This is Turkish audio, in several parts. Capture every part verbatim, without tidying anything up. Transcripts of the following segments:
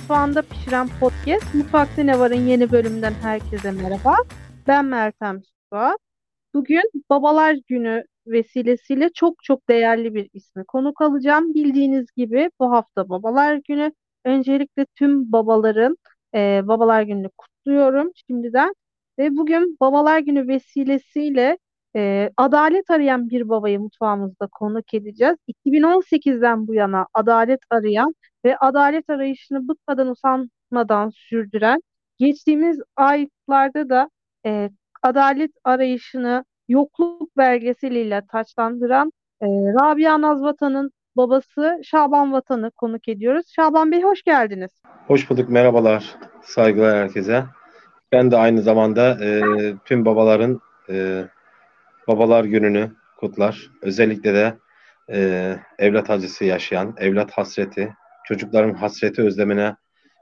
Mutfağında Pişiren Podcast, Mutfakta Ne Var'ın yeni bölümünden herkese merhaba. Ben Meltem Suat. Bugün Babalar Günü vesilesiyle çok çok değerli bir ismi konuk alacağım. Bildiğiniz gibi bu hafta Babalar Günü. Öncelikle tüm babaların e, Babalar Günü'nü kutluyorum şimdiden. Ve bugün Babalar Günü vesilesiyle e, adalet arayan bir babayı mutfağımızda konuk edeceğiz. iki bin on sekizden bu yana adalet arayan ve adalet arayışını bıkmadan usanmadan sürdüren, geçtiğimiz aylarda da e, adalet arayışını yokluk belgeseliyle taçlandıran e, Rabia Nazvatan'ın babası Şaban Vatan'ı konuk ediyoruz. Şaban Bey, hoş geldiniz. Hoş bulduk, merhabalar, saygılar herkese. Ben de aynı zamanda e, tüm babaların e, Babalar Günü'nü kutlar. Özellikle de e, evlat acısı yaşayan, evlat hasreti, çocukların hasreti özlemine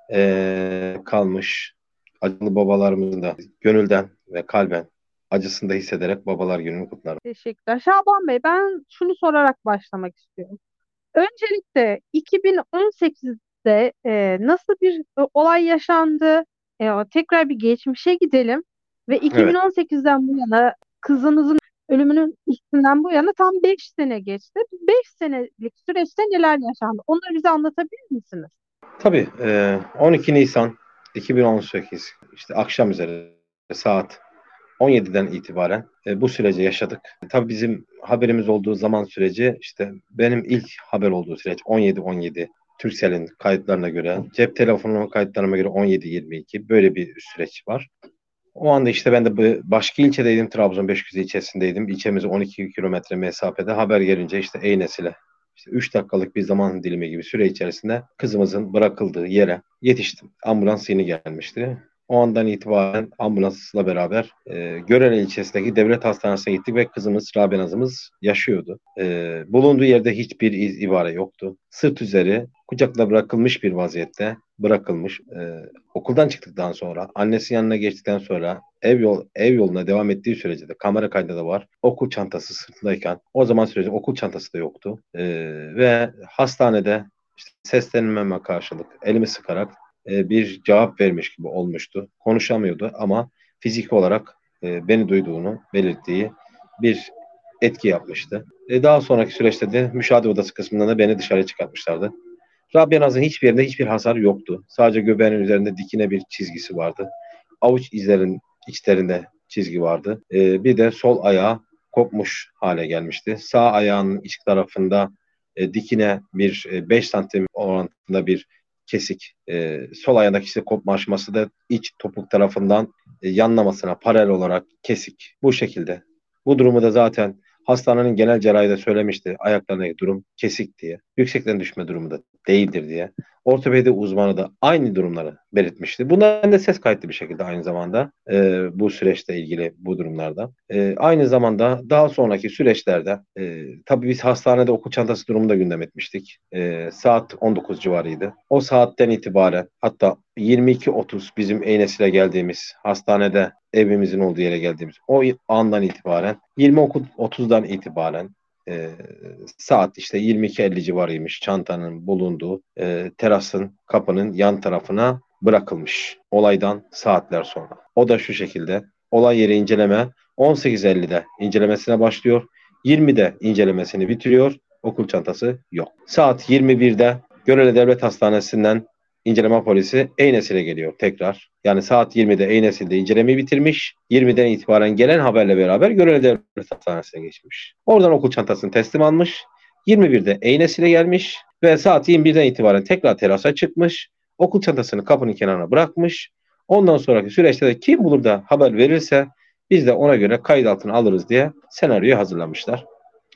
e, kalmış acılı babalarımızın da gönülden ve kalben acısını da hissederek Babalar Günü'nü kutlarım. Teşekkürler. Şaban Bey, ben şunu sorarak başlamak istiyorum. Öncelikle iki bin on sekizde e, nasıl bir e, olay yaşandı? E, tekrar bir geçmişe gidelim ve Evet, iki bin on sekizden bu yana kızınızın ölümünün üstünden bu yana tam beş sene geçti. beş senelik süreçte neler yaşandı? Onları bize anlatabilir misiniz? tabii e, on iki Nisan iki bin on sekiz işte akşam üzeri saat on yediden itibaren e, bu süreci yaşadık. Tabii bizim haberimiz olduğu zaman süreci işte benim ilk haber olduğu süreç on yedi on yedi Turkcell'in kayıtlarına göre, cep telefonunun kayıtlarına göre on yedi yirmi iki böyle bir süreç var. O anda işte ben de bu başka ilçedeydim. Trabzon Beşiktaş ilçesindeydim. İlçemize on iki kilometre mesafede haber gelince işte Eynes'ile işte üç dakikalık bir zaman dilimi gibi süre içerisinde kızımızın bırakıldığı yere yetiştim. Ambulans yeni gelmişti. O andan itibaren ambulansla beraber e, Görele ilçesindeki devlet hastanesine gittik ve kızımız Rabia Nazımız yaşıyordu. E, bulunduğu yerde hiçbir iz ibare yoktu. Sırt üzeri kucakla bırakılmış bir vaziyette bırakılmış. E, okuldan çıktıktan sonra, annesi yanına geçtikten sonra ev yol ev yoluna devam ettiği sürece de kamera kaydı da var. Okul çantası sırtındayken o zaman sürece okul çantası da yoktu. E, ve hastanede işte seslenmeme karşılık elimi sıkarak e, bir cevap vermiş gibi olmuştu. Konuşamıyordu ama fiziki olarak e, beni duyduğunu belirttiği bir etki yapmıştı. E, daha sonraki süreçte de müşahede odası kısmından da beni dışarı çıkartmışlardı. Rabia Naz'ın hiçbir yerinde hiçbir hasar yoktu. Sadece göbeğinin üzerinde dikine bir çizgisi vardı. Avuç izlerin içlerinde çizgi vardı. E, bir de sol ayağı kopmuş hale gelmişti. Sağ ayağının iç tarafında e, dikine bir e, beş santim orantında bir kesik. E, sol ayağındaki işte kopma aşaması da iç topuk tarafından e, yanlamasına paralel olarak kesik. Bu şekilde. Bu durumu da zaten hastanenin genel cerrahi de söylemişti. Ayaklarındaki durum kesik diye. Yüksekten düşme durumu da değildir diye. Ortopedi uzmanı da aynı durumları belirtmişti. Bunlar da ses kayıtlı bir şekilde aynı zamanda e, bu süreçle ilgili bu durumlarda. E, aynı zamanda daha sonraki süreçlerde e, tabii biz hastanede okul çantası durumu da gündem etmiştik. E, saat on dokuz civarıydı. O saatten itibaren hatta yirmi iki otuz bizim Eynes'e geldiğimiz hastanede evimizin olduğu yere geldiğimiz o andan itibaren yirmi otuzdan itibaren e, saat işte yirmi iki elli civarıymış çantanın bulunduğu e, terasın kapının yan tarafına bırakılmış olaydan saatler sonra. O da şu şekilde olay yeri inceleme on sekiz ellide incelemesine başlıyor. yirmide incelemesini bitiriyor. Okul çantası yok. Saat yirmi birde Görele Devlet Hastanesi'nden İnceleme polisi Eynesil'e geliyor tekrar. Yani saat yirmide Eynesil'de incelemeyi bitirmiş. yirmiden itibaren gelen haberle beraber Görele Devlet Hastanesi'ne geçmiş. Oradan okul çantasını teslim almış. yirmi birde Eynesil'e gelmiş ve saat yirmi birden itibaren tekrar terasa çıkmış. Okul çantasını kapının kenarına bırakmış. Ondan sonraki süreçte de kim bulur da haber verirse biz de ona göre kayıt altına alırız diye senaryoyu hazırlamışlar.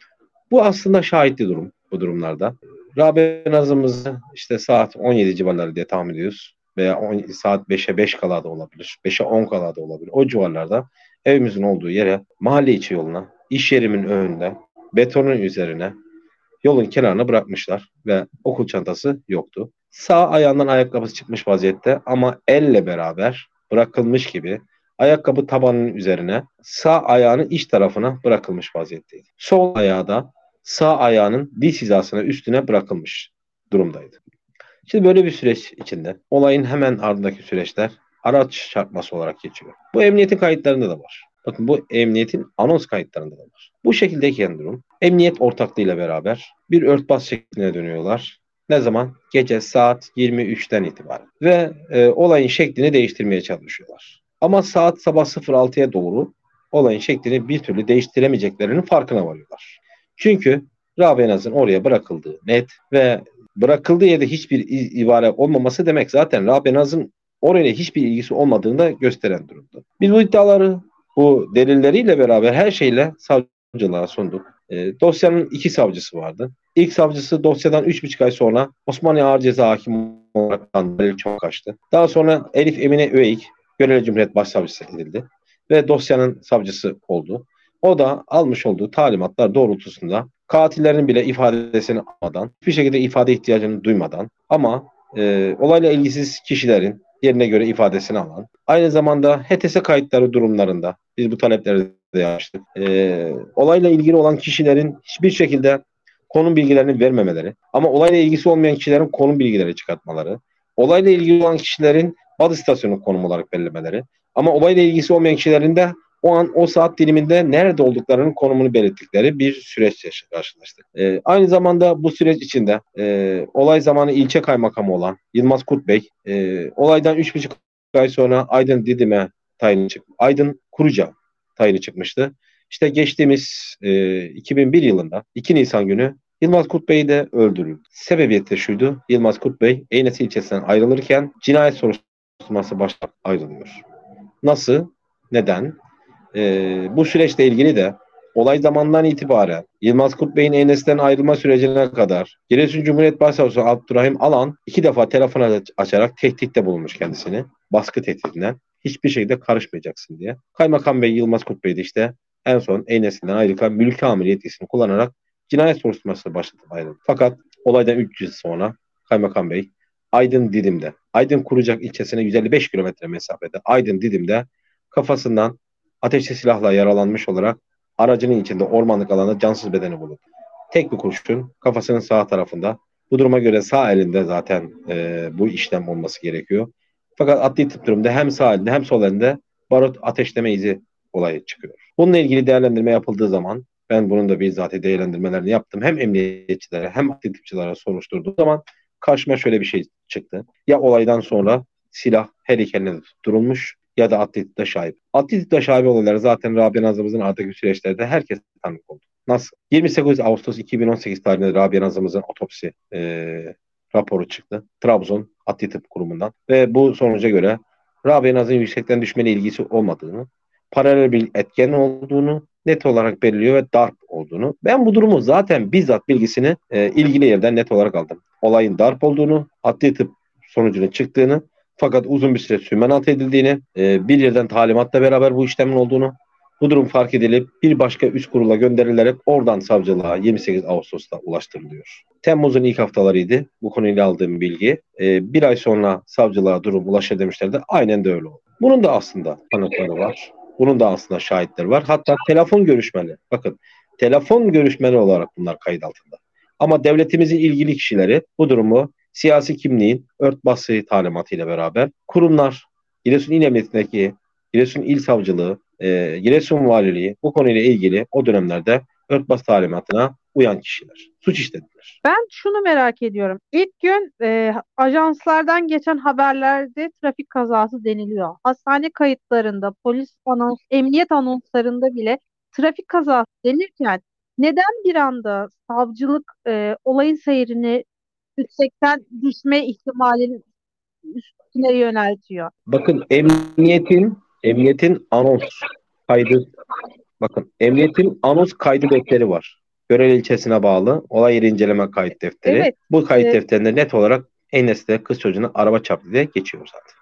Bu aslında şahitli durum bu durumlarda. Rabia Nazımızı işte saat on yedi civarları diye tahmin ediyoruz. Veya on, saat beşe beş kala da olabilir. beşe on kala da olabilir. O civarlarda evimizin olduğu yere, mahalle içi yoluna, iş yerimin önünde, betonun üzerine, yolun kenarına bırakmışlar ve okul çantası yoktu. Sağ ayağından ayakkabısı çıkmış vaziyette ama elle beraber bırakılmış gibi ayakkabı tabanının üzerine sağ ayağının iç tarafına bırakılmış vaziyetteydi. Sol ayağı da sağ ayağının diz hizasına üstüne bırakılmış durumdaydı. Şimdi böyle bir süreç içinde olayın hemen ardındaki süreçler araç çarpması olarak geçiyor. Bu emniyetin kayıtlarında da var. Bakın bu emniyetin anons kayıtlarında da var. Bu şekildeyken durum emniyet ortaklığıyla beraber bir örtbas şekline dönüyorlar. Ne zaman? Gece saat yirmi üçten itibaren. Ve e, olayın şeklini değiştirmeye çalışıyorlar. Ama saat sabah sıfır altıya doğru olayın şeklini bir türlü değiştiremeyeceklerinin farkına varıyorlar. Çünkü Rabia Naz'ın oraya bırakıldığı net ve bırakıldığı yerde hiçbir ibare olmaması demek zaten Rabia Naz'ın oraya hiçbir ilgisi olmadığını da gösteren durumda. Biz bu iddiaları, bu delilleriyle beraber her şeyle savcılığa sunduk. E, dosyanın iki savcısı vardı. İlk savcısı dosyadan üç buçuk ay sonra Osmaniye Ağır Ceza Hakimi olarak Halil çok kaçtı. Daha sonra Elif Emine Üveyik Göreli Cumhuriyet Başsavcısı edildi ve dosyanın savcısı oldu. O da almış olduğu talimatlar doğrultusunda katillerin bile ifadesini almadan, hiçbir şekilde ifade ihtiyacını duymadan ama e, olayla ilgisiz kişilerin yerine göre ifadesini alan, aynı zamanda H T S kayıtları durumlarında biz bu talepleri de yapmıştık. E, olayla ilgili olan kişilerin hiçbir şekilde konum bilgilerini vermemeleri ama olayla ilgisi olmayan kişilerin konum bilgileri çıkartmaları, olayla ilgili olan kişilerin baz istasyonu konum olarak belirlemeleri ama olayla ilgisi olmayan kişilerin de o an o saat diliminde nerede olduklarının konumunu belirttikleri bir süreçle karşılaştık. E, aynı zamanda bu süreç içinde e, olay zamanı ilçe kaymakamı olan Yılmaz Kurt Bey e, olaydan üç buçuk ay sonra Aydın Didim'e tayini çıktı. Aydın Kuruca tayini çıkmıştı. İşte geçtiğimiz e, iki bin bir yılında iki Nisan günü Yılmaz Kurt Bey de öldürüldü. Sebebiyet de şuydu. Yılmaz Kurt Bey Eynesi ilçesinden ayrılırken cinayet soruşturması başlayarak ayrılıyor. Nasıl? Neden? Ee, bu süreçle ilgili de olay zamanından itibaren Yılmaz Kurt Bey'in Eynesi'den ayrılma sürecine kadar Giresun Cumhuriyet Başsavcısı Abdurrahim Alan iki defa telefon açarak tehditte bulunmuş kendisini. Baskı tehdidinden. Hiçbir şekilde karışmayacaksın diye. Kaymakam Bey Yılmaz Kurt Bey de işte en son Eynesi'nden ayrılırken mülki amir yetkisini kullanarak cinayet soruşturmasına başlatıp ayrıldı. Fakat olaydan üç yıl sonra Kaymakam Bey Aydın Didim'de, Aydın Kurucak ilçesine yüz elli beş kilometre mesafede Aydın Didim'de kafasından ateşli silahla yaralanmış olarak aracının içinde ormanlık alanda cansız bedeni bulundu. Tek bir kurşun kafasının sağ tarafında. Bu duruma göre sağ elinde zaten e, bu işlem olması gerekiyor. Fakat adli tıp durumunda hem sağ elinde hem sol elinde barut ateşleme izi olayı çıkıyor. Bununla ilgili değerlendirme yapıldığı zaman ben bunun da bizzat değerlendirmelerini yaptım. Hem emniyetçilere hem adli tıpçılara soruşturduğum zaman karşıma şöyle bir şey çıktı. Ya olaydan sonra silah her iki eline tutturulmuş ya da adli tıpta şahip. Adli tıpta şahip olayları zaten Rabia Nazımızın ardındaki süreçlerde herkes tanık oldu. Nasıl? yirmi sekiz Ağustos iki bin on sekiz tarihinde Rabia Nazımızın otopsi e, raporu çıktı. Trabzon Adli Tıp Kurumu'ndan. Ve bu sonuca göre Rabia Naz'ın yüksekten düşmeyle ilgisi olmadığını, paralel bir etken olduğunu net olarak belirliyor ve darp olduğunu. Ben bu durumu zaten bizzat bilgisini e, ilgili yerden net olarak aldım. Olayın darp olduğunu, adli tıp sonucunun çıktığını, fakat uzun bir süre sümenalt edildiğini, e, bir yerden talimatla beraber bu işlemin olduğunu, bu durum fark edilip bir başka üst kurula gönderilerek oradan savcılığa yirmi sekiz Ağustos'ta ulaştırılıyor. Temmuz'un ilk haftalarıydı bu konuyla aldığım bilgi. E, bir ay sonra savcılığa durum ulaşır demişlerdi. Aynen de öyle oldu. Bunun da aslında tanıkları var. Bunun da aslında şahitleri var. Hatta telefon görüşmeli. Bakın telefon görüşmeli olarak bunlar kayıt altında. Ama devletimizin ilgili kişileri bu durumu siyasi kimliğin örtbası talimatıyla beraber kurumlar, Giresun İl Emniyetindeki Giresun İl Savcılığı, e, Giresun Valiliği bu konuyla ilgili o dönemlerde örtbas talimatına uyan kişiler. Suç işlediler. Ben şunu merak ediyorum. İlk gün e, ajanslardan geçen haberlerde trafik kazası deniliyor. Hastane kayıtlarında, polis anons, emniyet anonslarında bile trafik kazası denirken neden bir anda savcılık e, olayın seyrini yüksekten düşme ihtimalinin üstüne yöneltiyor? Bakın emniyetin emniyetin anons kaydı bakın emniyetin anons kaydı defteri var. Görel ilçesine bağlı olay yeri inceleme kayıt defteri. Evet. Bu kayıt e, defterinde net olarak Enes'te kız çocuğuna araba çarptı diye geçiyor zaten.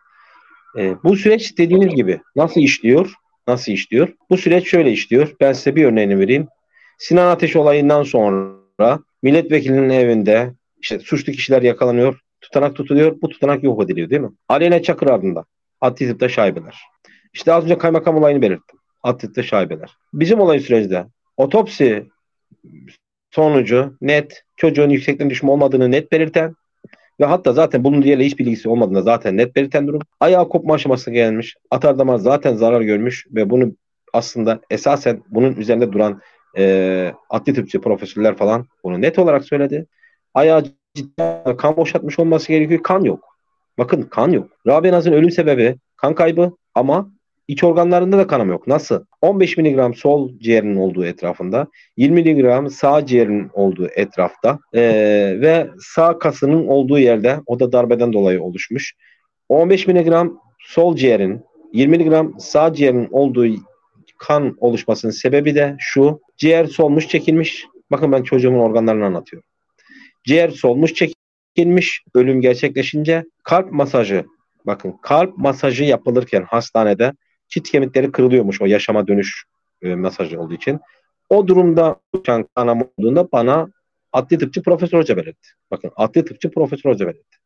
E, bu süreç dediğiniz gibi nasıl işliyor? Nasıl işliyor? Bu süreç şöyle işliyor. Ben size bir örneğini vereyim. Sinan Ateş olayından sonra milletvekilinin evinde işte suçlu kişiler yakalanıyor, tutanak tutuluyor, bu tutanak yok ediliyor değil mi? Aleyna Çakır adında adli tıpta şaibeler. İşte az önce kaymakam olayını belirttim. Adli tıpta şaibeler. Bizim olay sürecinde otopsi sonucu net çocuğun yüksekten düşme olmadığını net belirten Ve hatta zaten bunun diğerle hiç bilgisi olmadığında zaten net belirten durum. Ayağı kopma aşamasına gelmiş. Atardamar zaten zarar görmüş ve bunu aslında esasen bunun üzerinde duran e, adli tıpçı profesörler falan bunu net olarak söyledi. Ayağı cidden kan boşaltmış olması gerekiyor. Kan yok. Bakın kan yok. Rabia Naz'ın ölüm sebebi kan kaybı ama iç organlarında da kanama yok. Nasıl? on beş miligram sol ciğerinin olduğu etrafında, yirmi miligram sağ ciğerinin olduğu etrafta ee, ve sağ kasının olduğu yerde, o da darbeden dolayı oluşmuş. on beş miligram sol ciğerin, yirmi miligram sağ ciğerin olduğu kan oluşmasının sebebi de şu: ciğer solmuş, çekilmiş. Bakın ben çocuğumun organlarını anlatıyorum. Ciğer solmuş, çekilmiş, ölüm gerçekleşince kalp masajı, bakın kalp masajı yapılırken hastanede çit kemikleri kırılıyormuş o yaşama dönüş e, masajı olduğu için. O durumda uçan kanama olduğunda bana adli tıpçı Profesör Hoca belirtti. Bakın adli tıpçı Profesör Hoca belirtti.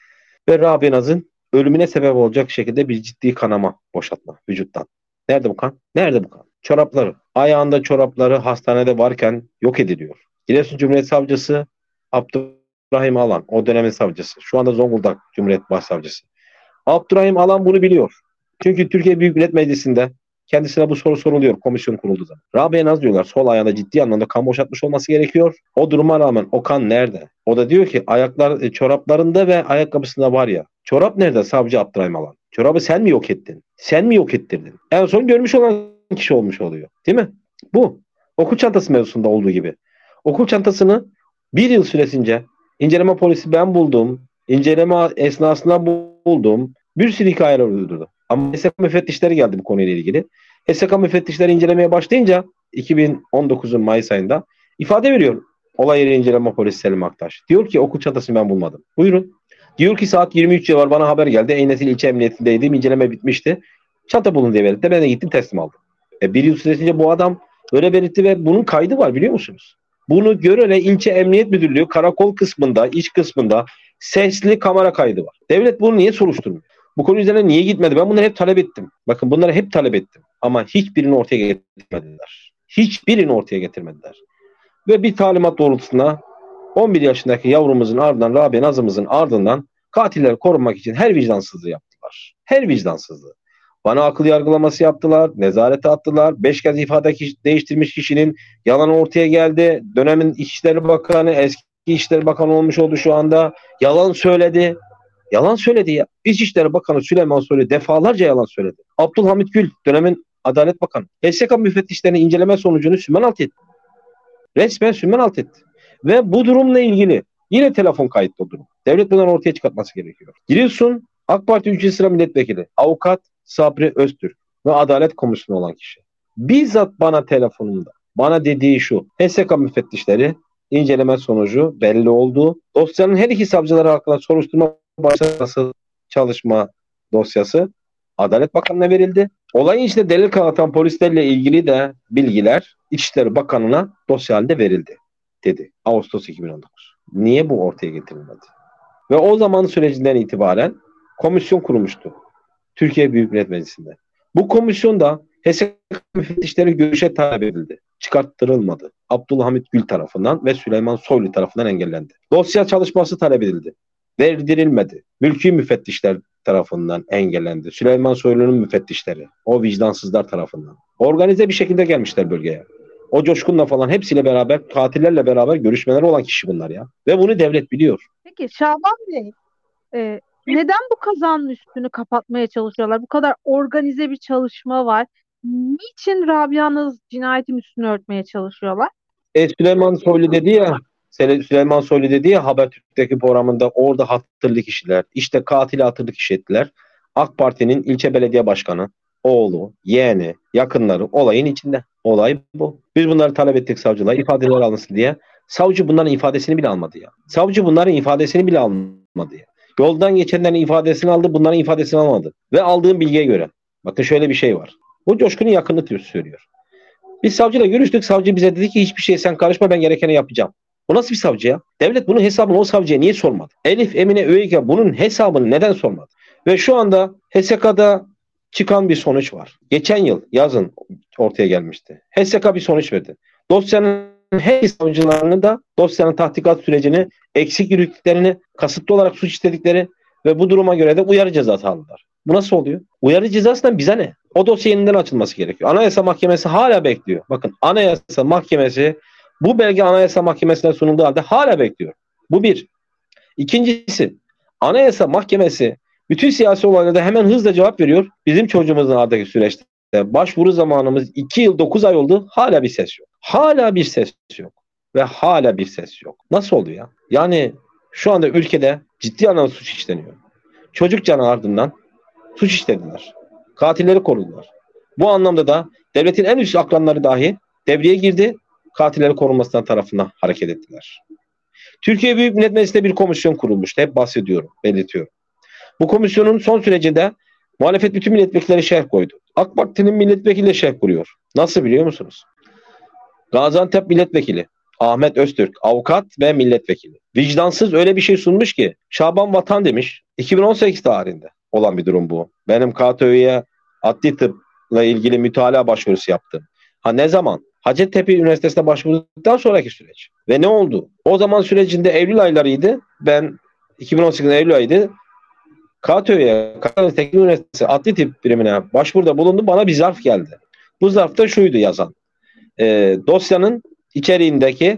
Ve Rabia Naz'ın ölümüne sebep olacak şekilde bir ciddi kanama boşaltma vücuttan. Nerede bu kan? Nerede bu kan? Çorapları, ayağında çorapları hastanede varken yok ediliyor. Giresun Cumhuriyet Savcısı Abdurrahim Alan, o dönemin savcısı. Şu anda Zonguldak Cumhuriyet Başsavcısı. Abdurrahim Alan bunu biliyor. Çünkü Türkiye Büyük Millet Meclisi'nde kendisine bu soru soruluyor komisyon kurulduğu zaman. Rabia Naz diyorlar sol ayağında ciddi anlamda kan boşaltmış olması gerekiyor. O duruma rağmen o kan nerede? O da diyor ki ayaklar çoraplarında ve ayakkabısında var ya. Çorap nerede savcı Abdurrahim Alan? Çorabı sen mi yok ettin? Sen mi yok ettirdin? En son görmüş olan kişi olmuş oluyor. Değil mi? Bu. Okul çantası mevzusunda olduğu gibi. Okul çantasını bir yıl süresince inceleme polisi ben buldum. İnceleme esnasında buldum. Bir sürü hikayeler uydurdu. Ama H S K müfettişleri geldi bu konuyla ilgili. H S K müfettişleri incelemeye başlayınca iki bin on dokuzun Mayıs ayında ifade veriyor olay yeri inceleme polisi Selim Aktaş. Diyor ki okul çantasını ben bulmadım. Buyurun. Diyor ki saat yirmi üç var bana haber geldi. Eynesil İlçe Emniyetindeydim. İnceleme bitmişti. Çanta bulun diye verdi. Ben de gittim teslim aldım. E, bir yıl süresince bu adam öyle belirtti ve bunun kaydı var biliyor musunuz? Bunu Görele İlçe Emniyet Müdürlüğü karakol kısmında, iç kısmında sesli kamera kaydı var. Devlet bunu niye soruşturmuyor? Bu konu üzerine niye gitmedi? Ben bunları hep talep ettim. Bakın bunları hep talep ettim. Ama hiçbirini ortaya getirmediler. Hiçbirini ortaya getirmediler. Ve bir talimat doğrultusunda on bir yaşındaki yavrumuzun ardından, Rabia Nazımızın ardından katilleri korunmak için her vicdansızlığı yaptılar. Her vicdansızlığı. Bana akıl yargılaması yaptılar, nezarete attılar. Beş kez ifade değiştirmiş kişinin yalanı ortaya geldi. Dönemin İçişleri Bakanı, eski İçişleri Bakanı olmuş oldu şu anda. Yalan söyledi. Yalan söyledi ya. İçişleri Bakanı Süleyman Soylu defalarca yalan söyledi. Abdülhamit Gül, dönemin Adalet Bakanı. H S K müfettişlerinin inceleme sonucunu sümen alt etti. Resmen sümen alt etti. Ve bu durumla ilgili yine telefon kayıtlı durum. Devlet bunları ortaya çıkartması gerekiyor. Giriyorsun AK Parti üçüncü sıra milletvekili, avukat Sabri Öztürk ve Adalet Komisyonu olan kişi. Bizzat bana telefonunda bana dediği şu: H S K müfettişleri inceleme sonucu belli oldu. Dosyanın her iki savcıları hakkında soruşturma başlaması çalışma dosyası Adalet Bakanlığı'na verildi. Olayın içinde delil kanıtlatan polislerle ilgili de bilgiler İçişleri Bakanlığı'na dosya halinde verildi dedi. Ağustos iki bin on dokuz. Niye bu ortaya getirilmedi? Ve o zaman sürecinden itibaren komisyon kurulmuştu. Türkiye Büyük Millet Meclisi'nde. Bu komisyonda H S K müfettişleri görüşe talep edildi. Çıkarttırılmadı. Abdülhamit Gül tarafından ve Süleyman Soylu tarafından engellendi. Dosya çalışması talep edildi. Verdirilmedi. Mülki müfettişler tarafından engellendi. Süleyman Soylu'nun müfettişleri, o vicdansızlar tarafından. Organize bir şekilde gelmişler bölgeye. O coşkunla falan hepsiyle beraber, katillerle beraber görüşmeleri olan kişi bunlar ya. Ve bunu devlet biliyor. Peki Şaban Bey, e, neden bu kazanın üstünü kapatmaya çalışıyorlar? Bu kadar organize bir çalışma var. Niçin Rabia'nın cinayetin üstünü örtmeye çalışıyorlar? E, Süleyman Soylu dedi ya, Süleyman Soylu dedi ya Habertürk'teki programında, orada hatırlı kişiler, işte katili hatırlı kişi ettiler. AK Parti'nin ilçe belediye başkanı, oğlu, yeğeni, yakınları olayın içinde. Olay bu. Biz bunları talep ettik savcılığa, ifadeler alınsın diye. Savcı bunların ifadesini bile almadı ya. Savcı bunların ifadesini bile almadı ya. Yoldan geçenlerin ifadesini aldı, bunların ifadesini almadı. Ve aldığım bilgiye göre, bakın şöyle bir şey var. Bu Coşkun'un yakını söylüyor. Biz savcıyla görüştük. Savcı bize dedi ki hiçbir şeye sen karışma, ben gerekeni yapacağım. Bu nasıl bir savcı ya? Devlet bunun hesabını o savcıya niye sormadı? Elif Emine Öğüke bunun hesabını neden sormadı? Ve şu anda H S K'da çıkan bir sonuç var. Geçen yıl yazın ortaya gelmişti. H S K bir sonuç verdi. Dosyanın her savcılarının da dosyanın tahkikat sürecini, eksik yürüttüklerini, kasıtlı olarak suç işledikleri ve bu duruma göre de uyarı cezası aldılar. Bu nasıl oluyor? Uyarı cezasından bize ne? O dosya yeniden açılması gerekiyor. Anayasa Mahkemesi hala bekliyor. Bakın, Anayasa Mahkemesi bu belge Anayasa Mahkemesi'ne sunulduğu halde hala bekliyor. Bu bir. İkincisi, Anayasa Mahkemesi bütün siyasi olaylarda hemen hızla cevap veriyor. Bizim çocuğumuzun adındaki süreçte başvuru zamanımız iki yıl dokuz ay oldu. Hala bir ses yok. Hala bir ses yok. Ve hala bir ses yok. Nasıl oldu ya? Yani şu anda ülkede ciddi anlamda suç işleniyor. Çocuk canı ardından suç işlediler. Katilleri korudular. Bu anlamda da devletin en üst akranları dahi devreye girdi. Katilleri korunmasından tarafından hareket ettiler. Türkiye Büyük Millet Meclisi'nde bir komisyon kurulmuştu. Hep bahsediyorum, belirtiyorum. Bu komisyonun son sürecinde muhalefet bütün milletvekilleri şerh koydu. AK Parti'nin milletvekili de şerh kuruyor. Nasıl biliyor musunuz? Gaziantep milletvekili Ahmet Öztürk, avukat ve milletvekili. Vicdansız öyle bir şey sunmuş ki Şaban Vatan demiş. iki bin on sekiz tarihinde olan bir durum bu. Benim K T Ö'ye adli tıpla ilgili mütalaa başvurusu yaptım. Ha ne zaman? Hacettepe Üniversitesi'ne başvurduktan sonraki süreç. Ve ne oldu? O zaman sürecinde Eylül aylarıydı. Ben iki bin on sekiz Eylül ayıydı. K T Ö'ye, Karadeniz Teknik Üniversitesi adli tıp birimine başvuruda bulundum. Bana bir zarf geldi. Bu zarfta şuydu yazan. E, dosyanın içeriğindeki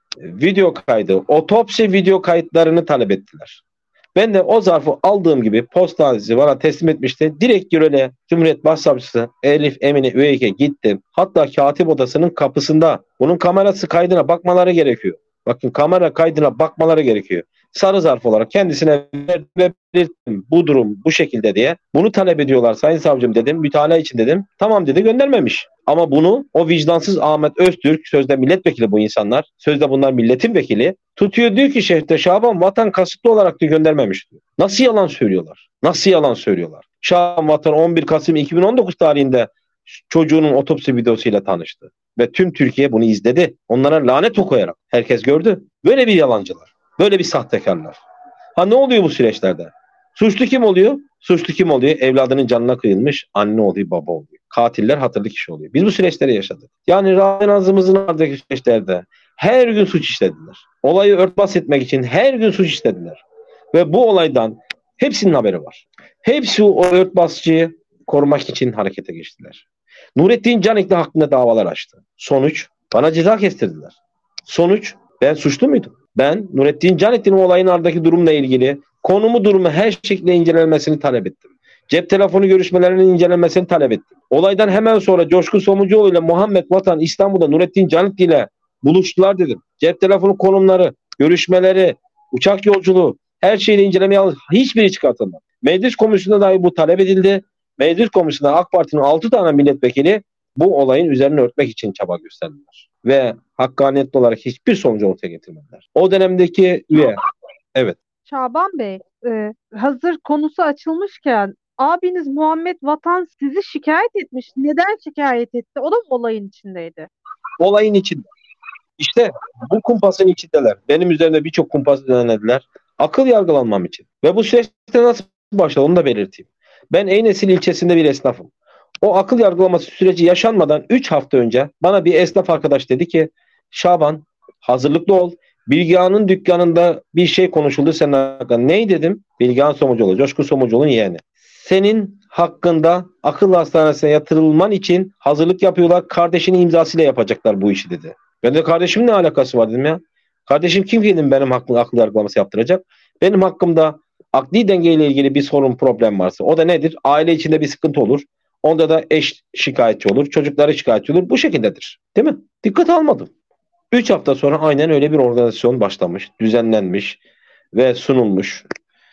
video kaydı, otopsi video kayıtlarını talep ettiler. Ben de o zarfı aldığım gibi postanesi bana teslim etmişti. Direkt Gürel'e Cumhuriyet Başsavcısı Elif Emine Üveyke gittim. Hatta katip odasının kapısında bunun kamerası kaydına bakmaları gerekiyor. Bakın, kamera kaydına bakmaları gerekiyor. Sarı zarf olarak kendisine verdim ve belirttim, bu durum bu şekilde diye. Bunu talep ediyorlar sayın savcım dedim. Mütalaa için dedim. Tamam dedi, göndermemiş. Ama bunu o vicdansız Ahmet Öztürk, sözde milletvekili bu insanlar, sözde bunlar milletin vekili, tutuyor diyor ki şerhte Şaban Vatan kasıtlı olarak diyor göndermemiş diyor. Nasıl yalan söylüyorlar? Nasıl yalan söylüyorlar? Şaban Vatan on bir Kasım iki bin on dokuz tarihinde çocuğunun otopsi videosuyla tanıştı. Ve tüm Türkiye bunu izledi. Onlara lanet okuyarak herkes gördü. Böyle bir yalancılar. Böyle bir sahtekarlar. Ha ne oluyor bu süreçlerde? Suçlu kim oluyor? Suçlu kim oluyor? Evladının canına kıyılmış anne oluyor, baba oluyor. Katiller hatırlı kişi oluyor. Biz bu süreçleri yaşadık. Yani Rahmi Nazımızın ardındaki süreçlerde her gün suç işlediler. Olayı örtbas etmek için her gün suç işlediler. Ve bu olaydan hepsinin haberi var. Hepsi o örtbasçıyı korumak için harekete geçtiler. Nurettin Canikli hakkında davalar açtı. Sonuç, bana ceza kestirdiler. Sonuç, ben suçlu muydum? Ben Nurettin Canikli'nin olayın ardındaki durumla ilgili konumu durumu her şekilde incelenmesini talep ettim. Cep telefonu görüşmelerinin incelenmesini talep ettim. Olaydan hemen sonra Coşkun Somuncuoğlu ile Muhammed Vatan İstanbul'da Nurettin Canikli ile buluştular dedim. Cep telefonu konumları, görüşmeleri, uçak yolculuğu, her şeyi incelemeye aldık. Hiçbiri çıkartılmadı. Meclis komisyonunda dahi bu talep edildi. Meclis komisyonunda AK Parti'nin altı tane milletvekili bu olayın üzerine örtmek için çaba gösterdiler. Ve hakkaniyetli olarak hiçbir sonucu ortaya getirmediler. O dönemdeki üye, evet. Şaban Bey, e, hazır konusu açılmışken abiniz Muhammed Vatan sizi şikayet etmiş. Neden şikayet etti? O da mı olayın içindeydi? Olayın içinde. İşte bu kumpasın içindeler. Benim üzerinde birçok kumpas düzenlediler. Akıl yargılanmam için. Ve bu süreçte nasıl başladı onu da belirteyim. Ben Eynesil ilçesinde bir esnafım. O akıl yargılaması süreci yaşanmadan üç hafta önce bana bir esnaf arkadaş dedi ki Şaban hazırlıklı ol. Bilgehan'ın dükkanında bir şey konuşuldu senin hakkında. Ney dedim? Bilgehan Somuncuoğlu, Coşkun Somuncuoğlu'nun yeğeni. Senin hakkında akıl hastanesine yatırılman için hazırlık yapıyorlar. Kardeşinin imzasıyla yapacaklar bu işi dedi. Ben de kardeşimin ne alakası var dedim ya. Kardeşim kim ki dedim benim hakkımda akıl yargılaması yaptıracak. Benim hakkımda akli dengeyle ilgili bir sorun problem varsa o da nedir? Aile içinde bir sıkıntı olur. Onda da eş şikayetçi olur. Çocukları şikayetçi olur. Bu şekildedir. Değil mi? Dikkat almadım. Üç hafta sonra aynen öyle bir organizasyon başlamış. Düzenlenmiş ve sunulmuş.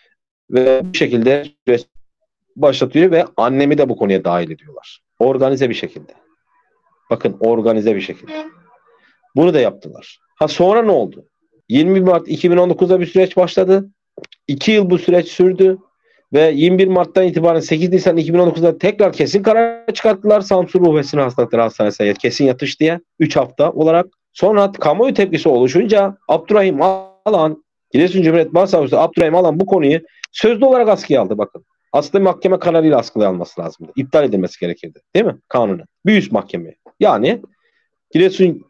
Ve bu şekilde başlatıyor ve annemi de bu konuya dahil ediyorlar. Organize bir şekilde. Bakın organize bir şekilde. Bunu da yaptılar. Ha sonra ne oldu? yirmi Mart iki bin on dokuzda bir süreç başladı. iki yıl bu süreç sürdü. Ve yirmi bir Mart'tan itibaren sekiz Nisan iki bin on dokuzda tekrar kesin karar çıkarttılar. Samsun Ruh ve Sinir Hastalıkları Hastanesi'ne kesin yatış diye. üç hafta olarak. Sonra kamuoyu tepkisi oluşunca Abdurrahim Alan, Giresun Cumhuriyet Başsavcısı Abdurrahim Alan bu konuyu sözlü olarak askıya aldı bakın. Aslında mahkeme kararıyla askıya alması lazımdı. İptal edilmesi gerekirdi. Değil mi? Kanunu. Bir üst mahkemeye. Yani Giresun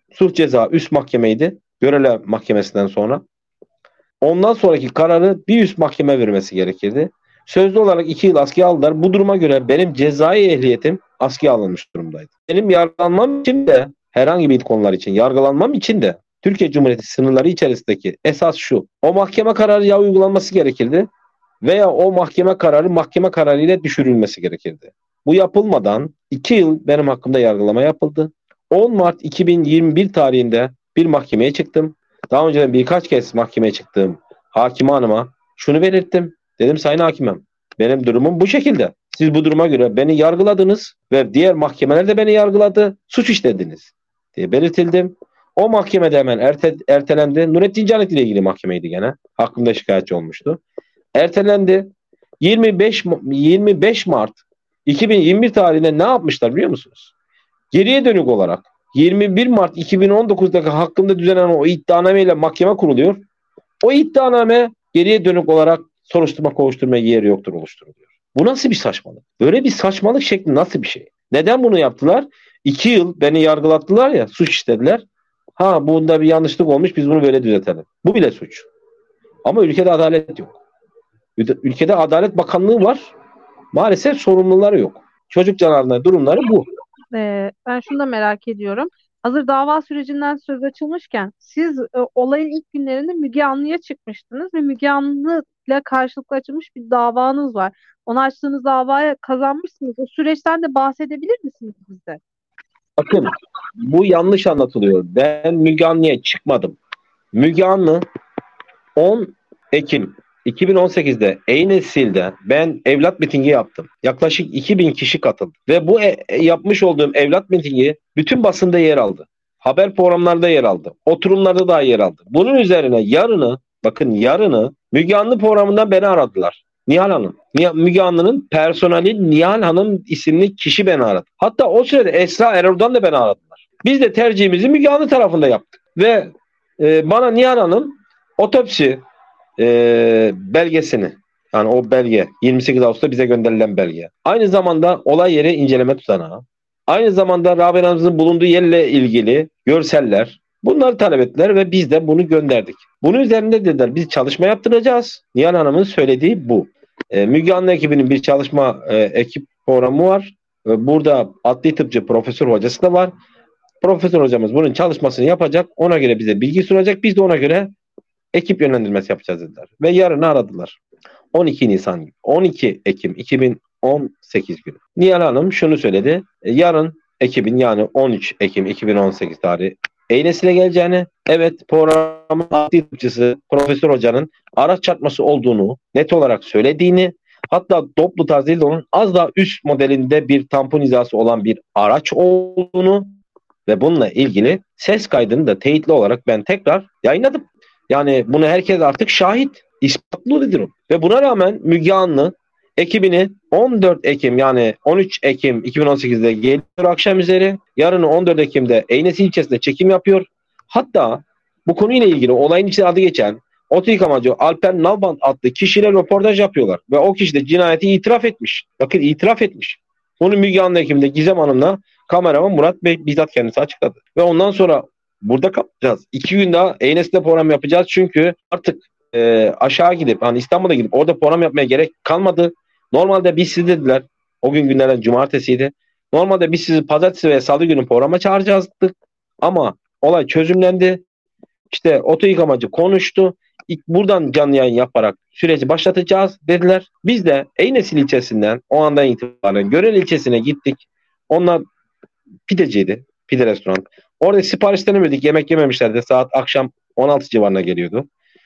Sulh ceza üst mahkemeydi. Görele mahkemesinden sonra. Ondan sonraki kararı bir üst mahkeme vermesi gerekirdi. Sözlü olarak iki yıl askıya aldılar. Bu duruma göre benim cezai ehliyetim askıya alınmış durumdaydı. Benim yargılanmam için de herhangi bir konular için yargılanmam için de Türkiye Cumhuriyeti sınırları içerisindeki esas şu. O mahkeme kararı ya uygulanması gerekirdi veya o mahkeme kararı mahkeme kararı ile düşürülmesi gerekirdi. Bu yapılmadan iki yıl benim hakkımda yargılama yapıldı. on Mart iki bin yirmi bir tarihinde bir mahkemeye çıktım. Daha önceden birkaç kez mahkemeye çıktığım hakime hanıma şunu belirttim. Dedim sayın hakimim, benim durumum bu şekilde. Siz bu duruma göre beni yargıladınız ve diğer mahkemeler de beni yargıladı. Suç işlediniz diye belirtildim. O mahkemede hemen erte, ertelendi. Nurettin Canet ile ilgili mahkemeydi gene. Hakkımda şikayetçi olmuştu. Ertelendi. yirmi beş yirmi beş Mart iki bin yirmi bir tarihinde ne yapmışlar biliyor musunuz? Geriye dönük olarak yirmi bir Mart iki bin on dokuzdaki hakkında düzenlenen o iddianameyle mahkeme kuruluyor. O iddianame geriye dönük olarak soruşturma kovuşturmaya yer yoktur oluşturuluyor. Bu nasıl bir saçmalık? Böyle bir saçmalık şekli nasıl bir şey? Neden bunu yaptılar? İki yıl beni yargılattılar ya, suç işlediler. Ha bunda bir yanlışlık olmuş, biz bunu böyle düzeltelim. Bu bile suç. Ama ülkede adalet yok. Ülkede Adalet Bakanlığı var. Maalesef sorumluları yok. Çocuk canarında durumları bu. Ee, ben şunu da merak ediyorum. Hazır dava sürecinden söz açılmışken siz e, olayın ilk günlerinde Müge Anlı'ya çıkmıştınız ve Müge Anlı'yla karşılıklı açılmış bir davanız var. Onu açtığınız davaya kazanmışsınız. O süreçten de bahsedebilir misiniz bize? Bakın bu yanlış anlatılıyor. Ben Müge Anlı'ya çıkmadım. Müge Anlı on Ekim iki bin on sekizde Eynesil'de ben evlat mitingi yaptım. Yaklaşık iki bin kişi katıldı. Ve bu e- yapmış olduğum evlat mitingi bütün basında yer aldı. Haber programlarda yer aldı. Oturumlarda da yer aldı. Bunun üzerine yarını, bakın yarını Müge Anlı programından beni aradılar. Nihal Hanım. Müge Anlı'nın personeli Nihal Hanım isimli kişi beni aradı. Hatta o sırada Esra Erol'dan da beni aradılar. Biz de tercihimizi Müge Anlı tarafında yaptık. Ve e, bana Nihal Hanım otopsi e, belgesini, yani o belge yirmi sekiz Ağustos'ta bize gönderilen belge. Aynı zamanda olay yeri inceleme tutanağı. Aynı zamanda Rabia Hanım'ın bulunduğu yerle ilgili görseller. Bunları talep ettiler ve biz de bunu gönderdik. Bunun üzerinde dediler biz çalışma yaptıracağız. Nihal Hanım'ın söylediği bu. E, Müge Anlı ekibinin bir çalışma e, ekip programı var. E, burada adli tıpçı profesör hocası da var. Profesör hocamız bunun çalışmasını yapacak. Ona göre bize bilgi sunacak. Biz de ona göre ekip yönlendirmesi yapacağız dediler. Ve yarın aradılar. on iki Nisan, on iki Ekim iki bin on sekiz günü. Nihal Hanım şunu söyledi. E, yarın ekibin yani on üç Ekim iki bin on sekiz tarihi Eynesil'e geleceğini, evet programın adli tıpçısı Profesör Hoca'nın araç çarpması olduğunu net olarak söylediğini, hatta Doppler tarzı değil de onun az daha üst modelinde bir tampon hizası olan bir araç olduğunu ve bununla ilgili ses kaydını da teyitli olarak ben tekrar yayınladım. Yani bunu herkes artık şahit, ispatlı bir durum. Ve buna rağmen Müge Anlı ekibini on dört Ekim yani on üç Ekim iki bin on sekizde geliyor akşam üzeri. Yarın on dört Ekim'de Eynesil ilçesinde çekim yapıyor. Hatta bu konuyla ilgili olayın içinde adı geçen oto yıkamacı Alper Nalbant adlı kişiyle röportaj yapıyorlar. Ve o kişi de cinayeti itiraf etmiş. Bakın itiraf etmiş. Bunu Müge Anlı ekibinde Gizem Hanım'la kameraman Murat Bey bizzat kendisi açıkladı. Ve ondan sonra burada kalacağız. İki gün daha Eynesil'de program yapacağız. Çünkü artık e, aşağı gidip hani İstanbul'a gidip orada program yapmaya gerek kalmadı. Normalde biz sizi dediler. O gün günlerden cumartesiydi. Normalde biz sizi pazartesi ve salı günü programa çağıracaktık. Ama olay çözümlendi. İşte oto yıkamacı konuştu. İlk buradan canlı yayın yaparak süreci başlatacağız dediler. Biz de Eynesil ilçesinden o andan itibaren Görel ilçesine gittik. Onlar pideciydi. Pide restoran. Orada siparişlerini verdik. Yemek yememişlerdi. Saat akşam on altı civarına geliyordu.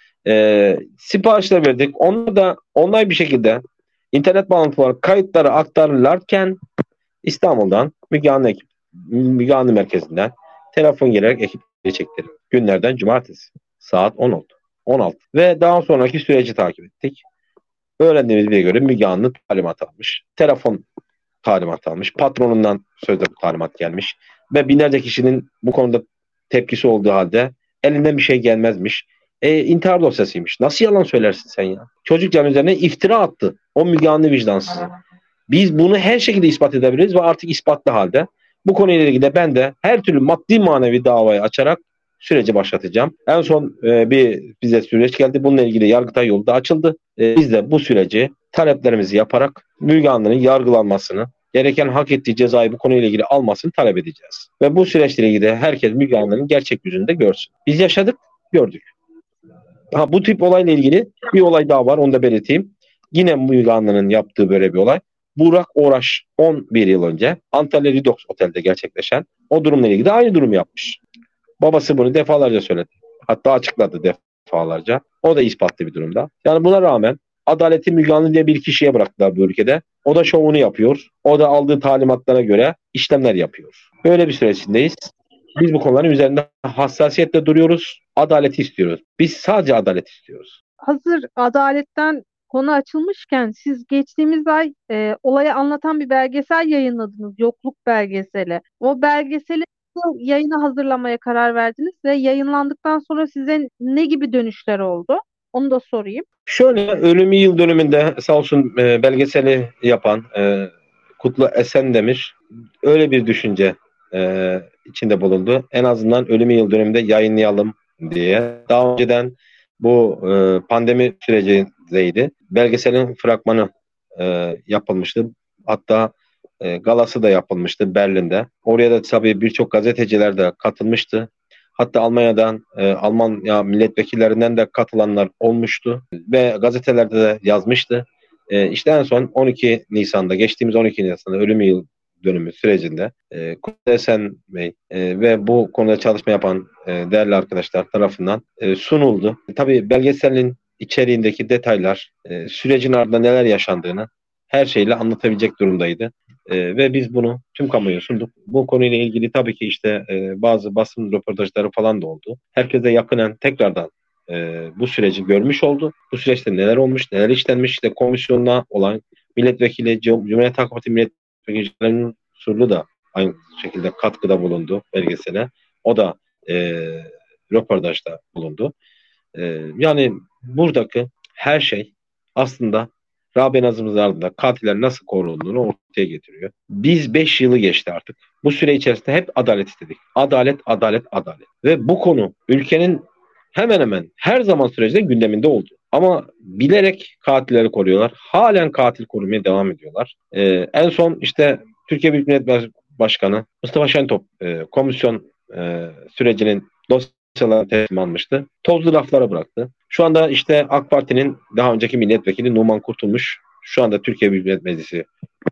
Ee, siparişler verdik. Onlar da online bir şekilde internet bağlantıları kayıtları aktarırlarken İstanbul'dan Müge Anlı ekip, Müge Anlı merkezinden telefon gelerek ekipleri çektirdik. Günlerden cumartesi. Saat on oldu. on altı. Ve daha sonraki süreci takip ettik. Öğrendiğimiz bir göre Müge Anlı talimat almış. Telefon talimat almış. Patronundan sözde bu talimat gelmiş. Ve binlerce kişinin bu konuda tepkisi olduğu halde elinden bir şey gelmezmiş. E, intihar dosyasıymış. Nasıl yalan söylersin sen ya? Çocuk canı üzerine iftira attı. O Müge Anlı vicdansız. Biz bunu her şekilde ispat edebiliriz ve artık ispatlı halde. Bu konuyla ilgili de ben de her türlü maddi manevi davayı açarak süreci başlatacağım. En son e, bir bize süreç geldi. Bununla ilgili Yargıtay yolu da açıldı. E, biz de bu süreci taleplerimizi yaparak Müge Anlı'nın yargılanmasını, gereken hak ettiği cezayı bu konuyla ilgili almasını talep edeceğiz. Ve bu süreçle ilgili de herkes Müge Anlı'nın gerçek yüzünü de görsün. Biz yaşadık, gördük. Ha, bu tip olayla ilgili bir olay daha var, onu da belirteyim. Yine Müge Anlı'nın yaptığı böyle bir olay. Burak Oraş on bir yıl önce Antalya Ridox Otel'de gerçekleşen o durumla ilgili de aynı durumu yapmış. Babası bunu defalarca söyledi. Hatta açıkladı defalarca. O da ispatlı bir durumda. Yani buna rağmen adaleti Müge Anlı diye bir kişiye bıraktılar bu ülkede. O da şovunu yapıyor. O da aldığı talimatlara göre işlemler yapıyor. Böyle bir sürecindeyiz. Biz bu konuların üzerinde hassasiyetle duruyoruz. Adaleti istiyoruz. Biz sadece adalet istiyoruz. Hazır adaletten konu açılmışken siz geçtiğimiz ay e, olayı anlatan bir belgesel yayınladınız. Yokluk belgeseli. O belgeseli nasıl yayına hazırlamaya karar verdiniz ve yayınlandıktan sonra size ne gibi dönüşler oldu? Onu da sorayım. Şöyle, ölümü yıl dönümünde sağ olsun e, belgeseli yapan e, Kutlu Esendemir öyle bir düşünce e, içinde bulundu. En azından ölümü yıl dönümünde yayınlayalım diye. Daha önceden bu e, pandemi sürecindeydi. Belgeselin fragmanı e, yapılmıştı. Hatta e, galası da yapılmıştı Berlin'de. Oraya da tabii birçok gazeteciler de katılmıştı. Hatta Almanya'dan, e, Almanya milletvekillerinden de katılanlar olmuştu ve gazetelerde de yazmıştı. E, işte en son on iki Nisan'da, geçtiğimiz on iki Nisan'da ölüm yıl dönümü sürecinde e, Kutlu Esen Bey e, ve bu konuda çalışma yapan e, değerli arkadaşlar tarafından e, sunuldu. E, tabii belgeselin içeriğindeki detaylar, e, sürecin ardında neler yaşandığını her şeyle anlatabilecek durumdaydı. Ee, ve biz bunu tüm kamuoya sunduk. Bu konuyla ilgili tabii ki işte e, bazı basın röportajları falan da oldu. Herkese yakinen tekrardan e, bu süreci görmüş oldu. Bu süreçte neler olmuş, neler işlenmiş, işte komisyonuna olan milletvekili, Cumhuriyet Halk Partisi milletvekillerinin Surlu da aynı şekilde katkıda bulundu belgesele. O da e, röportajda bulundu. E, yani buradaki her şey aslında Rabia Nazım'ın ardında katiller nasıl korunduğunu ortaya getiriyor. Biz beş yılı geçti artık. Bu süre içerisinde hep adalet istedik. Adalet, adalet, adalet. Ve bu konu ülkenin hemen hemen her zaman sürecinde gündeminde oldu. Ama bilerek katilleri koruyorlar. Halen katil korumaya devam ediyorlar. Ee, en son işte Türkiye Büyük Millet Başkanı Mustafa Şentop e, komisyon e, sürecinin dosyalarını teslim almıştı. Tozlu laflara bıraktı. Şu anda işte AK Parti'nin daha önceki milletvekili Numan Kurtulmuş şu anda Türkiye Büyük Millet Meclisi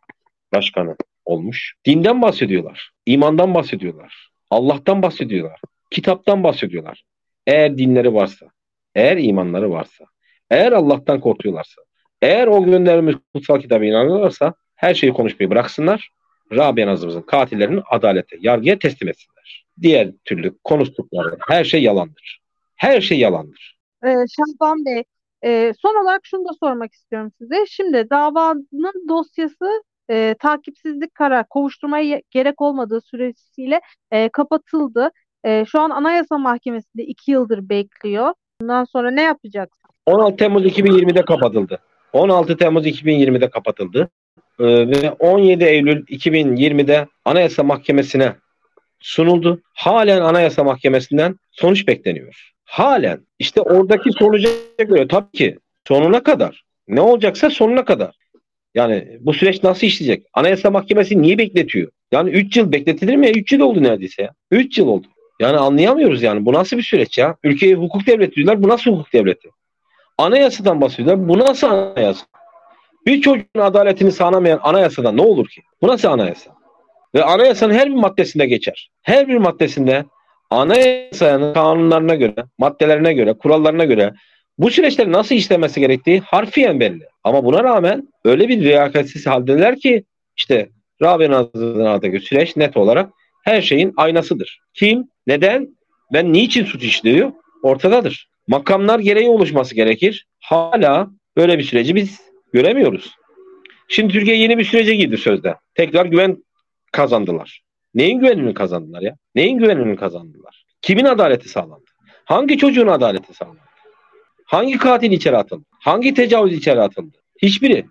Başkanı olmuş. Dinden bahsediyorlar. İmandan bahsediyorlar. Allah'tan bahsediyorlar. Kitaptan bahsediyorlar. Eğer dinleri varsa, eğer imanları varsa, eğer Allah'tan korkuyorlarsa, eğer o gönderdiğimiz kutsal kitaba inanıyorlarsa her şeyi konuşmayı bıraksınlar. Rabia Nazımızın katillerini adalete, yargıya teslim etsinler. Diğer türlü konuştukları her şey yalandır. Her şey yalandır. Ee, Şahban Bey, e, son olarak şunu da sormak istiyorum size. Şimdi davanın dosyası e, takipsizlik karar, kovuşturmaya ye- gerek olmadığı süresiyle e, kapatıldı. E, şu an Anayasa Mahkemesi'nde iki yıldır bekliyor. Bundan sonra ne yapacaksın? on altı Temmuz iki bin yirmide kapatıldı. on altı Temmuz iki bin yirmide kapatıldı. Ee, ve on yedi Eylül iki bin yirmide Anayasa Mahkemesi'ne sunuldu. Halen Anayasa Mahkemesi'nden sonuç bekleniyor. Halen. İşte oradaki sonuca göre tabii ki sonuna kadar. Ne olacaksa sonuna kadar. Yani bu süreç nasıl işleyecek? Anayasa Mahkemesi niye bekletiyor? Yani üç yıl bekletilir mi? üç yıl oldu neredeyse ya. üç yıl oldu. Yani anlayamıyoruz yani. Bu nasıl bir süreç ya? Ülkeye hukuk devleti diyorlar. Bu nasıl hukuk devleti? Anayasadan bahsediyorlar. Bu nasıl anayasa? Bir çocuğun adaletini sağlamayan anayasada ne olur ki? Bu nasıl anayasa? Ve anayasanın her bir maddesinde geçer. Her bir maddesinde anayasanın kanunlarına göre, maddelerine göre, kurallarına göre bu süreçlerin nasıl işlemesi gerektiği harfiyen belli. Ama buna rağmen öyle bir liyakatsiz haldeler ki işte Rabia Nazlı'nın adındaki süreç net olarak her şeyin aynasıdır. Kim, neden ve niçin suç işliyor ortadadır. Makamlar gereği oluşması gerekir. Hala böyle bir süreci biz göremiyoruz. Şimdi Türkiye yeni bir sürece girdi sözde. Tekrar güven kazandılar. Neyin güvenini kazandılar ya? Neyin güvenini kazandılar? Kimin adaleti sağlandı? Hangi çocuğun adaleti sağlandı? Hangi katil içeri atıldı? Hangi tecavüz içeri atıldı? Hiçbiri.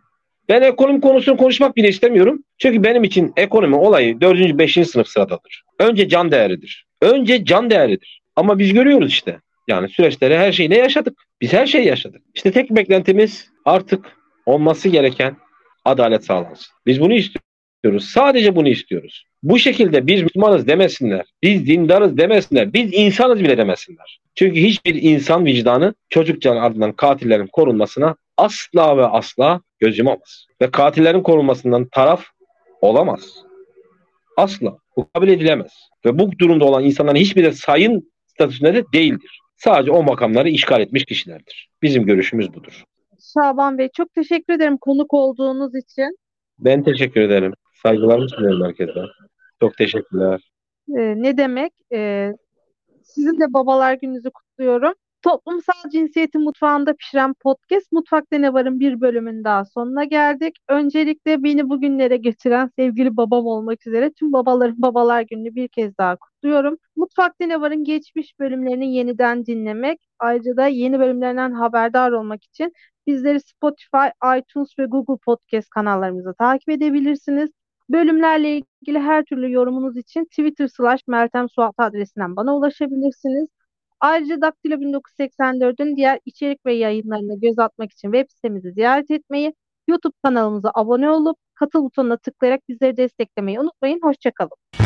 Ben ekonomi konusunu konuşmak bile istemiyorum. Çünkü benim için ekonomi olayı dördüncü, beşinci sınıf sıradadır. Önce can değeridir. Önce can değeridir. Ama biz görüyoruz işte. Yani süreçleri her şeyle yaşadık. Biz her şeyi yaşadık. İşte tek beklentimiz artık olması gereken adalet sağlansın. Biz bunu istiyoruz. Sadece bunu istiyoruz. Bu şekilde biz Müslümanız demesinler. Biz dindarız demesinler. Biz insanız bile demesinler. Çünkü hiçbir insan vicdanı çocuk canı ardından katillerin korunmasına asla ve asla göz yumamaz. Ve katillerin korunmasından taraf olamaz. Asla. Bu kabul edilemez. Ve bu durumda olan insanların hiçbiri sayın statüsünde de değildir. Sadece o makamları işgal etmiş kişilerdir. Bizim görüşümüz budur. Şaban Bey, çok teşekkür ederim konuk olduğunuz için. Ben teşekkür ederim. Saygılarımı sunuyorum herkese. Çok teşekkürler. Ee, ne demek? Ee, sizin de Babalar Gününüzü kutluyorum. Toplumsal cinsiyeti mutfağında pişiren podcast Mutfakta Ne Var'ın bir bölümün daha sonuna geldik. Öncelikle beni bugünlere getiren sevgili babam olmak üzere tüm babaların Babalar Günü'nü bir kez daha kutluyorum. Mutfakta Ne Var'ın geçmiş bölümlerini yeniden dinlemek, ayrıca da yeni bölümlerinden haberdar olmak için bizleri Spotify, iTunes ve Google Podcast kanallarımızda takip edebilirsiniz. Bölümlerle ilgili her türlü yorumunuz için Twitter slash Meltem Suat adresinden bana ulaşabilirsiniz. Ayrıca Daktilo bin dokuz yüz seksen dördün diğer içerik ve yayınlarına göz atmak için web sitemizi ziyaret etmeyi, YouTube kanalımıza abone olup katıl butonuna tıklayarak bizleri desteklemeyi unutmayın. Hoşçakalın.